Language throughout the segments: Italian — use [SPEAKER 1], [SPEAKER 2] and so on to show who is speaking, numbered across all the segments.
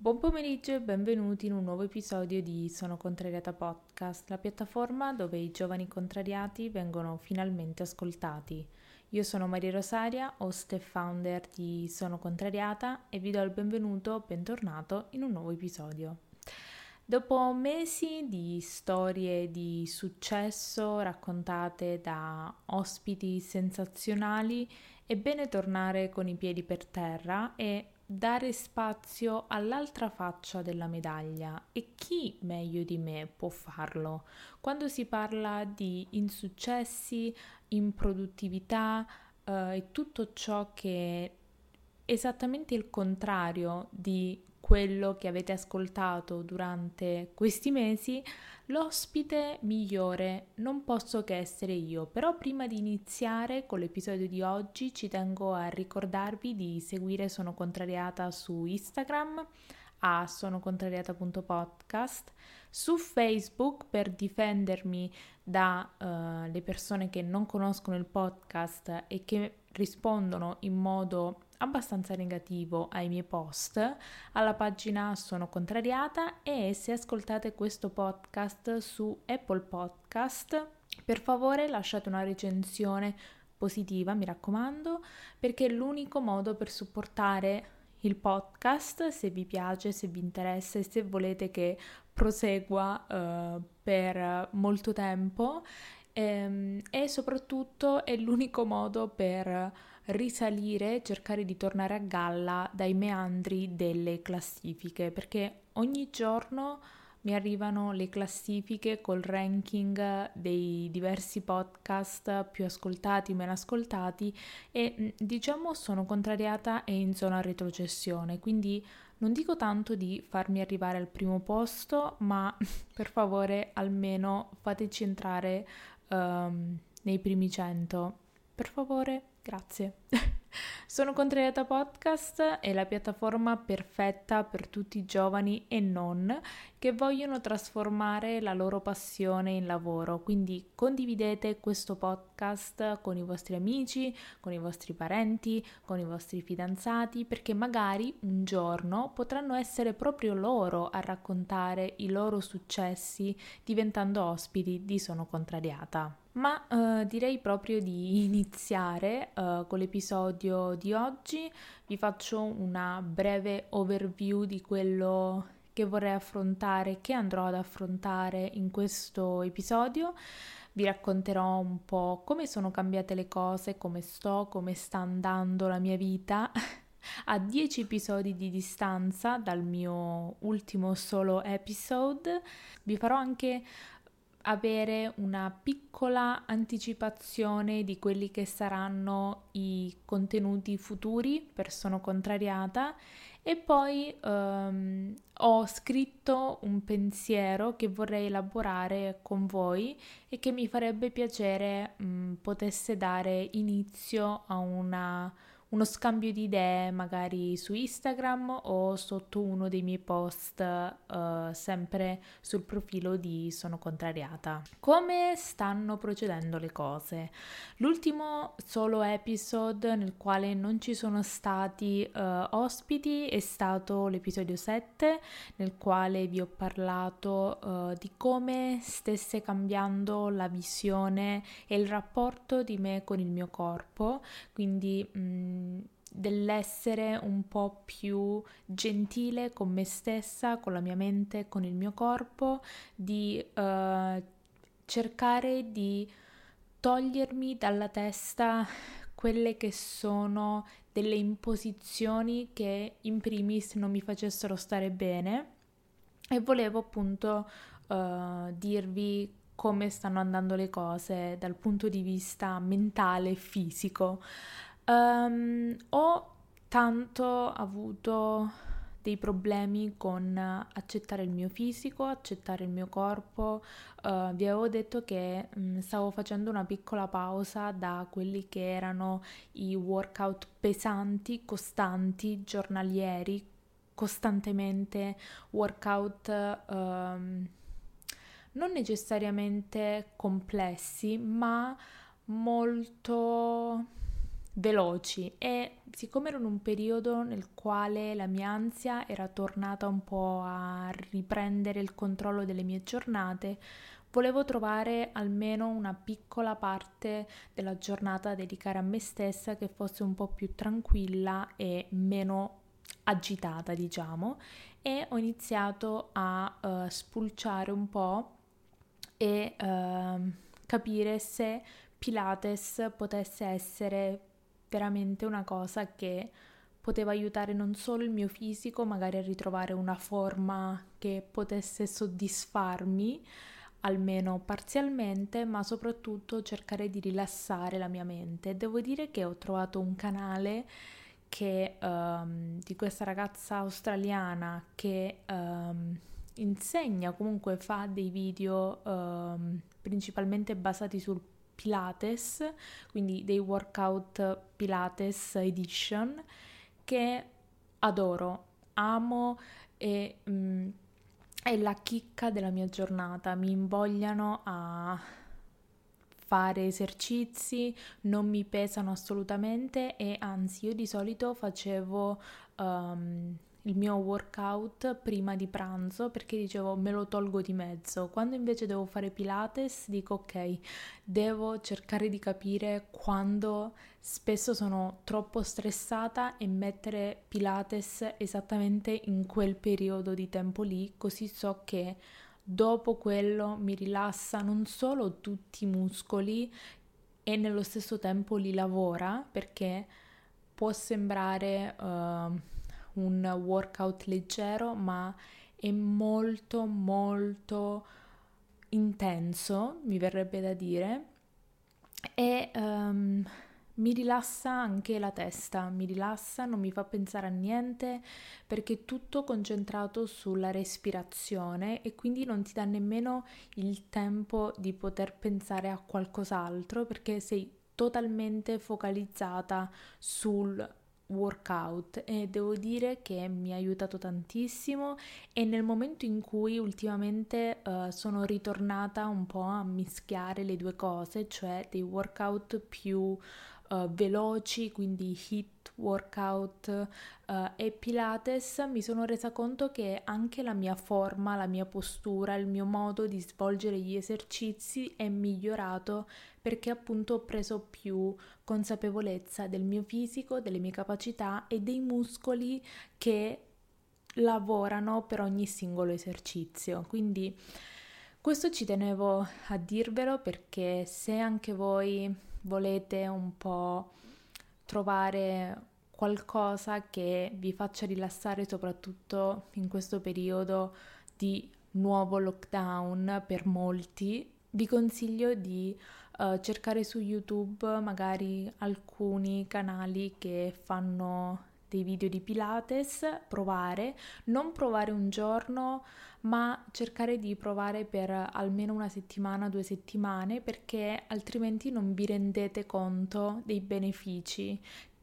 [SPEAKER 1] Buon pomeriggio e benvenuti in un nuovo episodio di Sono Contrariata Podcast, la piattaforma dove i giovani contrariati vengono finalmente ascoltati. Io sono Maria Rosaria, host e founder di Sono Contrariata e vi do il benvenuto, bentornato in un nuovo episodio. Dopo mesi di storie di successo raccontate da ospiti sensazionali, è bene tornare con i piedi per terra e dare spazio all'altra faccia della medaglia. E chi meglio di me può farlo? Quando si parla di insuccessi, improduttività e tutto ciò che è esattamente il contrario di quello che avete ascoltato durante questi mesi, l'ospite migliore non posso che essere io. Però prima di iniziare con l'episodio di oggi ci tengo a ricordarvi di seguire Sono Contrariata su Instagram a sonocontrariata.podcast, su Facebook per difendermi dalle persone che non conoscono il podcast e che rispondono in modo abbastanza negativo ai miei post, alla pagina Sono Contrariata. E se ascoltate questo podcast su Apple Podcast, per favore lasciate una recensione positiva, mi raccomando, perché è l'unico modo per supportare il podcast, se vi piace, se vi interessa e se volete che prosegua per molto tempo, e soprattutto è l'unico modo per risalire, cercare di tornare a galla dai meandri delle classifiche, perché ogni giorno mi arrivano le classifiche col ranking dei diversi podcast più ascoltati, meno ascoltati, e diciamo Sono Contrariata e in zona retrocessione, quindi non dico tanto di farmi arrivare al primo posto, ma per favore almeno fateci entrare nei primi 100. Per favore, grazie. Sono Contrariata Podcast è la piattaforma perfetta per tutti i giovani e non che vogliono trasformare la loro passione in lavoro, quindi condividete questo podcast con i vostri amici, con i vostri parenti, con i vostri fidanzati, perché magari un giorno potranno essere proprio loro a raccontare i loro successi diventando ospiti di Sono Contrariata. Ma direi proprio di iniziare con l'episodio di oggi. Vi faccio una breve overview di quello che vorrei affrontare, che andrò ad affrontare in questo episodio. Vi racconterò un po' come sono cambiate le cose, come sta andando la mia vita a 10 episodi di distanza dal mio ultimo solo episode. Vi farò anche avere una piccola anticipazione di quelli che saranno i contenuti futuri per Sono Contrariata, e poi ho scritto un pensiero che vorrei elaborare con voi e che mi farebbe piacere potesse dare inizio a uno scambio di idee magari su Instagram o sotto uno dei miei post sempre sul profilo di Sono Contrariata. Come stanno procedendo le cose? L'ultimo solo episode nel quale non ci sono stati ospiti è stato l'episodio 7, nel quale vi ho parlato di come stesse cambiando la visione e il rapporto di me con il mio corpo, quindi dell'essere un po' più gentile con me stessa, con la mia mente, con il mio corpo, di cercare di togliermi dalla testa quelle che sono delle imposizioni che in primis non mi facessero stare bene, e volevo appunto dirvi come stanno andando le cose dal punto di vista mentale e fisico. Ho tanto avuto dei problemi con accettare il mio fisico, accettare il mio corpo. Vi avevo detto che stavo facendo una piccola pausa da quelli che erano i workout pesanti, costanti, giornalieri, costantemente workout non necessariamente complessi, ma molto veloci, e siccome ero in un periodo nel quale la mia ansia era tornata un po' a riprendere il controllo delle mie giornate, volevo trovare almeno una piccola parte della giornata da dedicare a me stessa che fosse un po' più tranquilla e meno agitata, diciamo, e ho iniziato a spulciare un po' e capire se Pilates potesse essere veramente una cosa che poteva aiutare non solo il mio fisico, magari a ritrovare una forma che potesse soddisfarmi, almeno parzialmente, ma soprattutto cercare di rilassare la mia mente. Devo dire che ho trovato un canale di questa ragazza australiana che insegna, comunque fa dei video principalmente basati sul Pilates, quindi dei workout Pilates edition, che adoro, amo e è la chicca della mia giornata, mi invogliano a fare esercizi, non mi pesano assolutamente, e anzi io di solito facevo il mio workout prima di pranzo perché dicevo me lo tolgo di mezzo. Quando invece devo fare Pilates dico ok, devo cercare di capire quando spesso sono troppo stressata e mettere Pilates esattamente in quel periodo di tempo lì, così so che dopo quello mi rilassa non solo tutti i muscoli e nello stesso tempo li lavora, perché può sembrare un workout leggero, ma è molto molto intenso, mi verrebbe da dire, e mi rilassa anche la testa, mi rilassa, non mi fa pensare a niente perché è tutto concentrato sulla respirazione e quindi non ti dà nemmeno il tempo di poter pensare a qualcos'altro perché sei totalmente focalizzata sul workout, e devo dire che mi ha aiutato tantissimo. E nel momento in cui ultimamente sono ritornata un po' a mischiare le due cose, cioè dei workout più veloci, quindi HIIT workout e Pilates, mi sono resa conto che anche la mia forma, la mia postura, il mio modo di svolgere gli esercizi è migliorato perché appunto ho preso più consapevolezza del mio fisico, delle mie capacità e dei muscoli che lavorano per ogni singolo esercizio. Quindi questo ci tenevo a dirvelo perché se anche voi volete un po' trovare qualcosa che vi faccia rilassare, soprattutto in questo periodo di nuovo lockdown per molti, vi consiglio di cercare su YouTube magari alcuni canali che fanno dei video di Pilates, non provare un giorno, ma cercare di provare per almeno una settimana, 2 settimane, perché altrimenti non vi rendete conto dei benefici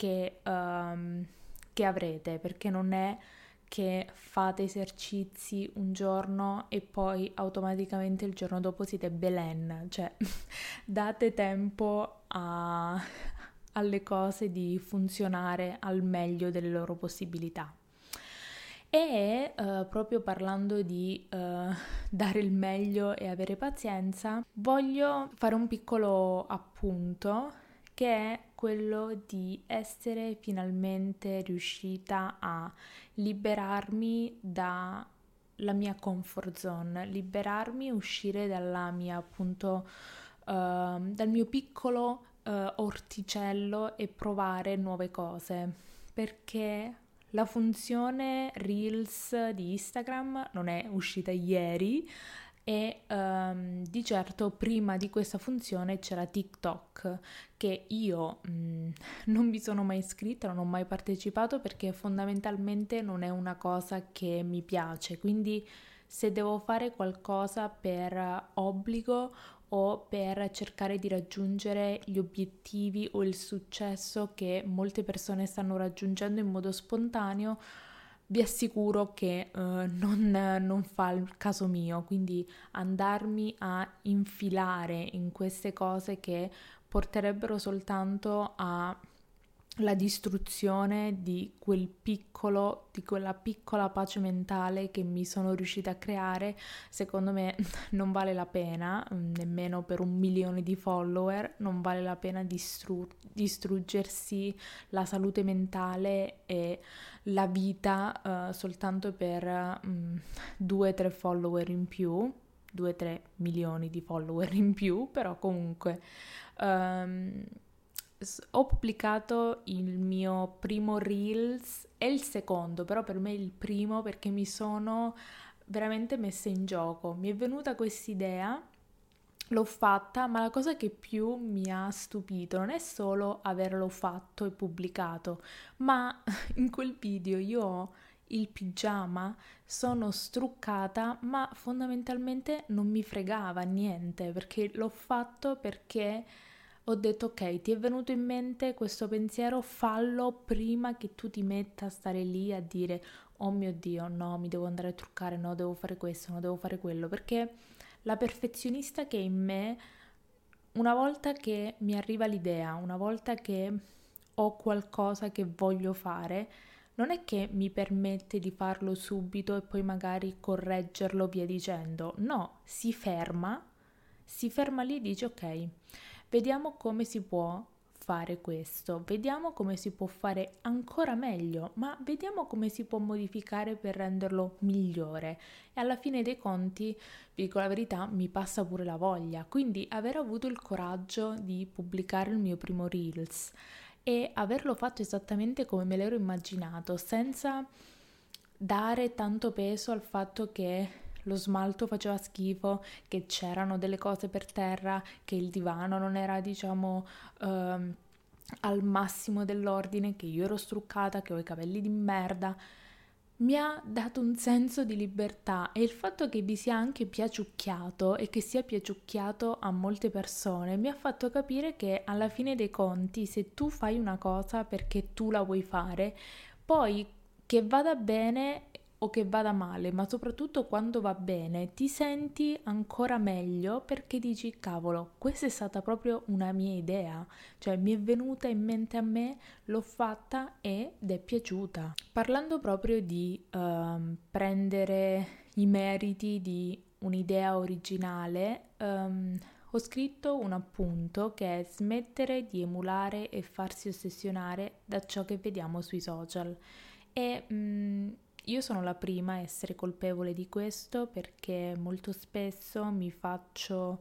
[SPEAKER 1] che avrete, perché non è che fate esercizi un giorno e poi automaticamente il giorno dopo siete Belen, cioè date tempo alle cose di funzionare al meglio delle loro possibilità. E proprio parlando di dare il meglio e avere pazienza, voglio fare un piccolo appunto che è quello di essere finalmente riuscita a liberarmi dalla mia comfort zone, liberarmi, uscire dalla mia appunto dal mio piccolo orticello e provare nuove cose, perché la funzione Reels di Instagram non è uscita ieri e di certo prima di questa funzione c'era TikTok, che io non mi sono mai iscritta, non ho mai partecipato perché fondamentalmente non è una cosa che mi piace, quindi se devo fare qualcosa per obbligo o per cercare di raggiungere gli obiettivi o il successo che molte persone stanno raggiungendo in modo spontaneo, vi assicuro che non fa il caso mio, quindi andarmi a infilare in queste cose che porterebbero soltanto a la distruzione di quella piccola pace mentale che mi sono riuscita a creare, secondo me non vale la pena, nemmeno per 1 milione di follower, non vale la pena distruggersi la salute mentale e la vita soltanto per 2-3 follower in più, 2-3 milioni di follower in più, però comunque ehm, ho pubblicato il mio primo Reels e il secondo, però per me è il primo perché mi sono veramente messa in gioco. Mi è venuta quest'idea, l'ho fatta, ma la cosa che più mi ha stupito non è solo averlo fatto e pubblicato, ma in quel video io ho il pigiama, sono struccata, ma fondamentalmente non mi fregava niente perché l'ho fatto perché ho detto ok, ti è venuto in mente questo pensiero, fallo prima che tu ti metta a stare lì a dire oh mio Dio, no, mi devo andare a truccare, no, devo fare questo, no, devo fare quello, perché la perfezionista che è in me, una volta che mi arriva l'idea, una volta che ho qualcosa che voglio fare, non è che mi permette di farlo subito e poi magari correggerlo via dicendo, no, si ferma lì e dice ok, vediamo come si può fare questo, vediamo come si può fare ancora meglio, ma vediamo come si può modificare per renderlo migliore. E alla fine dei conti, vi dico la verità, mi passa pure la voglia. Quindi aver avuto il coraggio di pubblicare il mio primo Reels e averlo fatto esattamente come me l'ero immaginato, senza dare tanto peso al fatto che lo smalto faceva schifo, che c'erano delle cose per terra, che il divano non era, diciamo, al massimo dell'ordine, che io ero struccata, che ho i capelli di merda. Mi ha dato un senso di libertà e il fatto che vi sia anche piaciucchiato e che sia piaciucchiato a molte persone mi ha fatto capire che alla fine dei conti, se tu fai una cosa perché tu la vuoi fare, poi che vada bene o che vada male, ma soprattutto quando va bene, ti senti ancora meglio perché dici, cavolo, questa è stata proprio una mia idea, cioè mi è venuta in mente a me, l'ho fatta ed è piaciuta. Parlando proprio di prendere i meriti di un'idea originale, ho scritto un appunto che è smettere di emulare e farsi ossessionare da ciò che vediamo sui social. E io sono la prima a essere colpevole di questo perché molto spesso mi faccio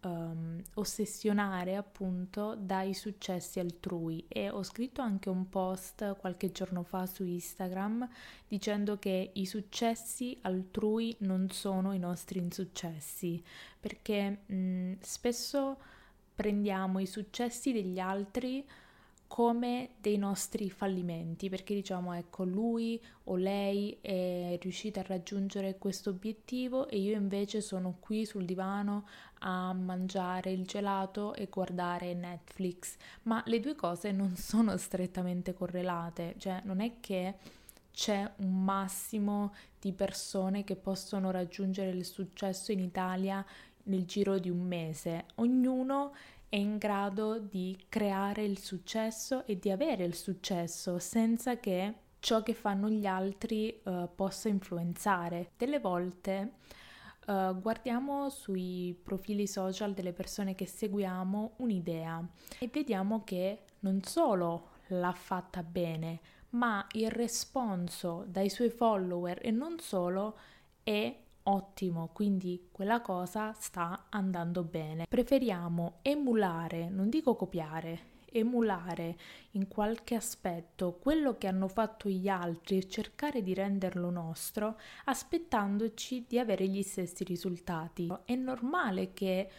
[SPEAKER 1] ossessionare appunto dai successi altrui e ho scritto anche un post qualche giorno fa su Instagram dicendo che i successi altrui non sono i nostri insuccessi perché spesso prendiamo i successi degli altri come dei nostri fallimenti, perché diciamo ecco lui o lei è riuscita a raggiungere questo obiettivo e io invece sono qui sul divano a mangiare il gelato e guardare Netflix, ma le due cose non sono strettamente correlate, cioè non è che c'è un massimo di persone che possono raggiungere il successo in Italia nel giro di un mese, ognuno è in grado di creare il successo e di avere il successo senza che ciò che fanno gli altri possa influenzare. Delle volte guardiamo sui profili social delle persone che seguiamo un'idea e vediamo che non solo l'ha fatta bene, ma il responso dai suoi follower e non solo è ottimo, quindi quella cosa sta andando bene. Preferiamo emulare, non dico copiare, emulare in qualche aspetto quello che hanno fatto gli altri e cercare di renderlo nostro, aspettandoci di avere gli stessi risultati. È normale che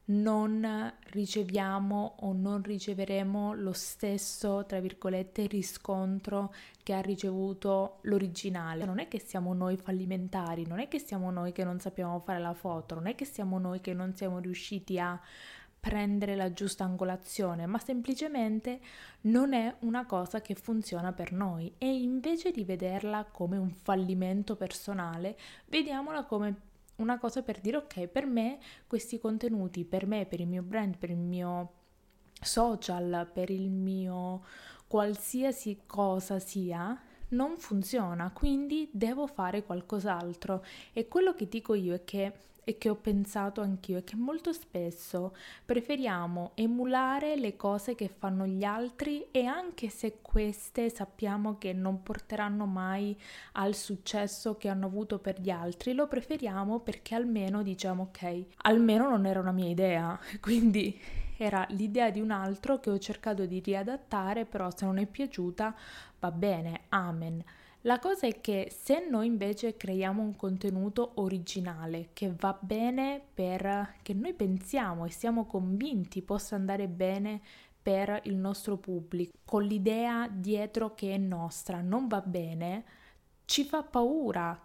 [SPEAKER 1] non riceviamo o non riceveremo lo stesso, tra virgolette, riscontro che ha ricevuto l'originale. Non è che siamo noi fallimentari, non è che siamo noi che non sappiamo fare la foto, non è che siamo noi che non siamo riusciti a prendere la giusta angolazione, ma semplicemente non è una cosa che funziona per noi e invece di vederla come un fallimento personale, vediamola come una cosa per dire ok, per me questi contenuti, per me, per il mio brand, per il mio social, per il mio qualsiasi cosa sia, non funziona, quindi devo fare qualcos'altro. E quello che dico io e che ho pensato anch'io è che molto spesso preferiamo emulare le cose che fanno gli altri, e anche se queste sappiamo che non porteranno mai al successo che hanno avuto per gli altri, lo preferiamo perché almeno diciamo ok, almeno non era una mia idea, quindi era l'idea di un altro che ho cercato di riadattare, però se non è piaciuta va bene, amen. La cosa è che se noi invece creiamo un contenuto originale che va bene che noi pensiamo e siamo convinti possa andare bene per il nostro pubblico, con l'idea dietro che è nostra, non va bene, ci fa paura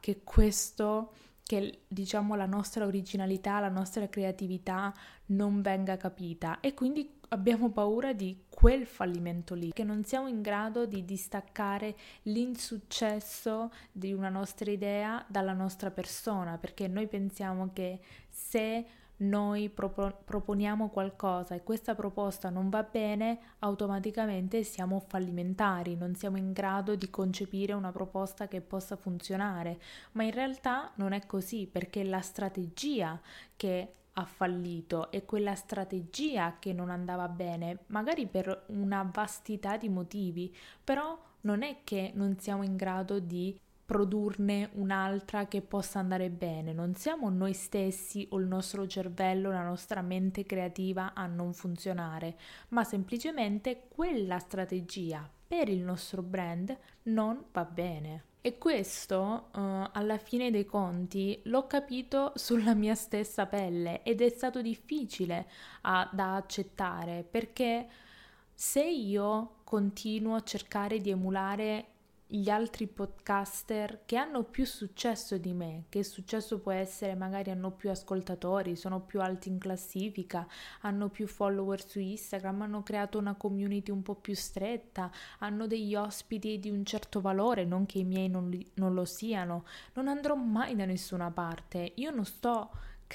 [SPEAKER 1] che diciamo la nostra originalità, la nostra creatività non venga capita, e quindi abbiamo paura di quel fallimento lì, che non siamo in grado di distaccare l'insuccesso di una nostra idea dalla nostra persona, perché noi pensiamo che se noi proponiamo qualcosa e questa proposta non va bene, automaticamente siamo fallimentari, non siamo in grado di concepire una proposta che possa funzionare, ma in realtà non è così, perché è la strategia che ha fallito, è quella strategia che non andava bene, magari per una vastità di motivi, però non è che non siamo in grado di produrne un'altra che possa andare bene, non siamo noi stessi o il nostro cervello, la nostra mente creativa a non funzionare, ma semplicemente quella strategia per il nostro brand non va bene. E questo, alla fine dei conti, l'ho capito sulla mia stessa pelle, ed è stato difficile da accettare, perché se io continuo a cercare di emulare gli altri podcaster che hanno più successo di me, che il successo può essere magari hanno più ascoltatori, sono più alti in classifica, hanno più follower su Instagram, hanno creato una community un po' più stretta, hanno degli ospiti di un certo valore, non che i miei non lo siano, non andrò mai da nessuna parte. Io non sto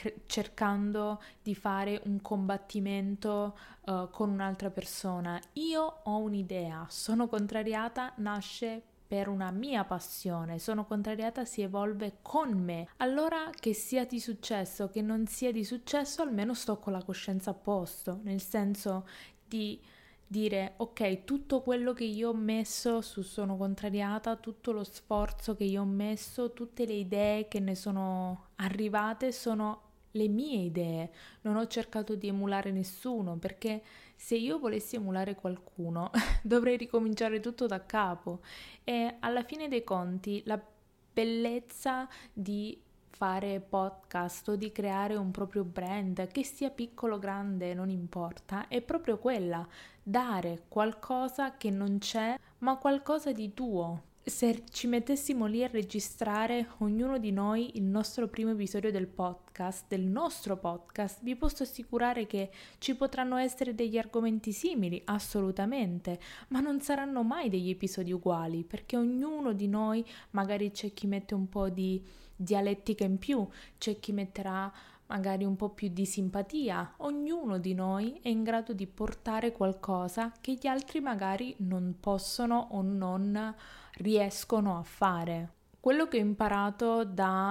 [SPEAKER 1] cercando di fare un combattimento con un'altra persona. Io ho un'idea, sono contrariata, nasce per una mia passione, sono contrariata, si evolve con me. Allora, che sia di successo, che non sia di successo, almeno sto con la coscienza a posto, nel senso di dire ok, tutto quello che io ho messo su Sono Contrariata, tutto lo sforzo che io ho messo, tutte le idee che ne sono arrivate sono le mie idee, non ho cercato di emulare nessuno, perché se io volessi emulare qualcuno dovrei ricominciare tutto da capo, e alla fine dei conti la bellezza di fare podcast o di creare un proprio brand, che sia piccolo o grande, non importa, è proprio quella, dare qualcosa che non c'è, ma qualcosa di tuo. Se ci mettessimo lì a registrare ognuno di noi il nostro primo episodio del nostro podcast, vi posso assicurare che ci potranno essere degli argomenti simili, assolutamente, ma non saranno mai degli episodi uguali, perché ognuno di noi, magari c'è chi mette un po' di dialettica in più, c'è chi metterà magari un po' più di simpatia, ognuno di noi è in grado di portare qualcosa che gli altri magari non possono o non riescono a fare. Quello che ho imparato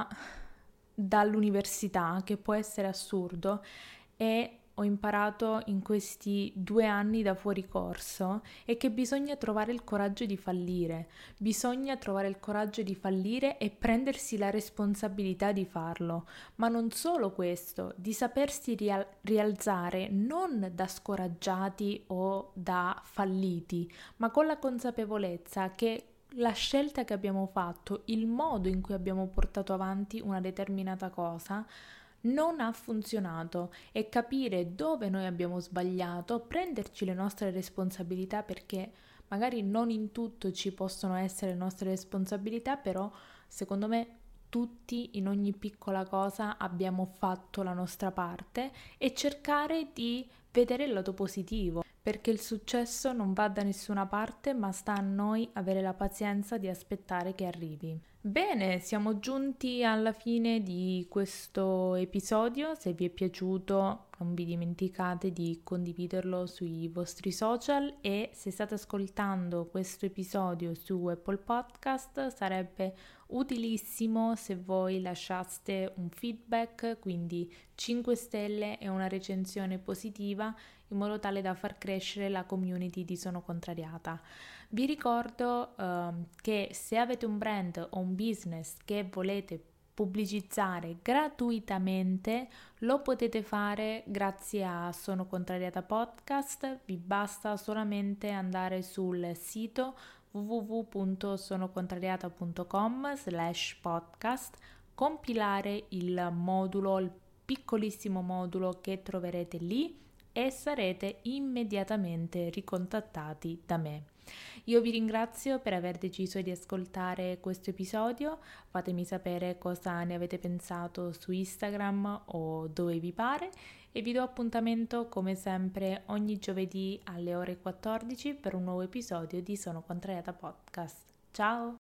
[SPEAKER 1] dall'università, che può essere assurdo, ho imparato in questi 2 anni da fuori corso, è che bisogna trovare il coraggio di fallire, bisogna trovare il coraggio di fallire e prendersi la responsabilità di farlo, ma non solo questo, di sapersi rialzare non da scoraggiati o da falliti, ma con la consapevolezza che la scelta che abbiamo fatto, il modo in cui abbiamo portato avanti una determinata cosa non ha funzionato, e capire dove noi abbiamo sbagliato, prenderci le nostre responsabilità, perché magari non in tutto ci possono essere le nostre responsabilità, però secondo me tutti in ogni piccola cosa abbiamo fatto la nostra parte, e cercare di vedere il lato positivo, perché il successo non va da nessuna parte, ma sta a noi avere la pazienza di aspettare che arrivi. Bene, siamo giunti alla fine di questo episodio. Se vi è piaciuto, non vi dimenticate di condividerlo sui vostri social e se state ascoltando questo episodio su Apple Podcast sarebbe utilissimo se voi lasciaste un feedback, quindi 5 stelle e una recensione positiva in modo tale da far crescere la community di Sono Contrariata. Vi ricordo che se avete un brand o un business che volete pubblicizzare gratuitamente, lo potete fare grazie a Sono Contrariata Podcast. Vi basta solamente andare sul sito www.sonocontrariata.com/podcast, compilare il modulo, il piccolissimo modulo che troverete lì e sarete immediatamente ricontattati da me. Io vi ringrazio per aver deciso di ascoltare questo episodio, fatemi sapere cosa ne avete pensato su Instagram o dove vi pare e vi do appuntamento come sempre ogni giovedì alle ore 14 per un nuovo episodio di Sono Contrariata Podcast. Ciao!